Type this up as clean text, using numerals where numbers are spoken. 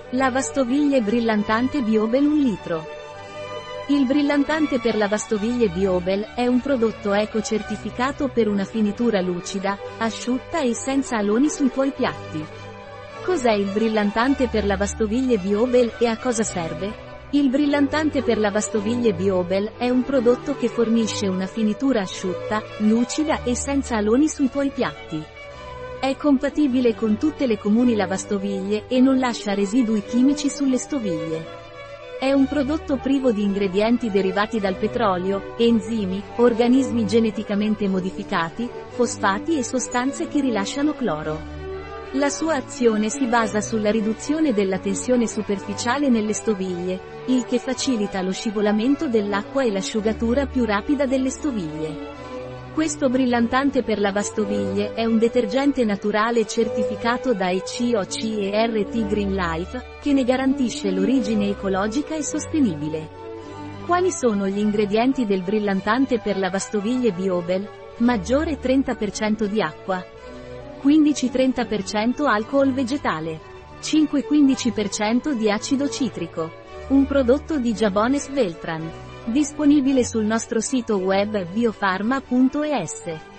Lavastoviglie brillantante Biobel 1 litro. Il brillantante per lavastoviglie Biobel è un prodotto eco-certificato per una finitura lucida, asciutta e senza aloni sui tuoi piatti. Cos'è il brillantante per lavastoviglie Biobel e a cosa serve? Il brillantante per lavastoviglie Biobel è un prodotto che fornisce una finitura asciutta, lucida e senza aloni sui tuoi piatti. È compatibile con tutte le comuni lavastoviglie e non lascia residui chimici sulle stoviglie. È un prodotto privo di ingredienti derivati dal petrolio, enzimi, organismi geneticamente modificati, fosfati e sostanze che rilasciano cloro. La sua azione si basa sulla riduzione della tensione superficiale nelle stoviglie, il che facilita lo scivolamento dell'acqua e l'asciugatura più rapida delle stoviglie. Questo brillantante per lavastoviglie è un detergente naturale certificato da ECOC e RT Green Life, che ne garantisce l'origine ecologica e sostenibile. Quali sono gli ingredienti del brillantante per lavastoviglie Biobel? Maggiore 30% di acqua. 15-30% alcol vegetale. 5-15% di acido citrico. Un prodotto di Jabones Beltran. Disponibile sul nostro sito web biofarma.es.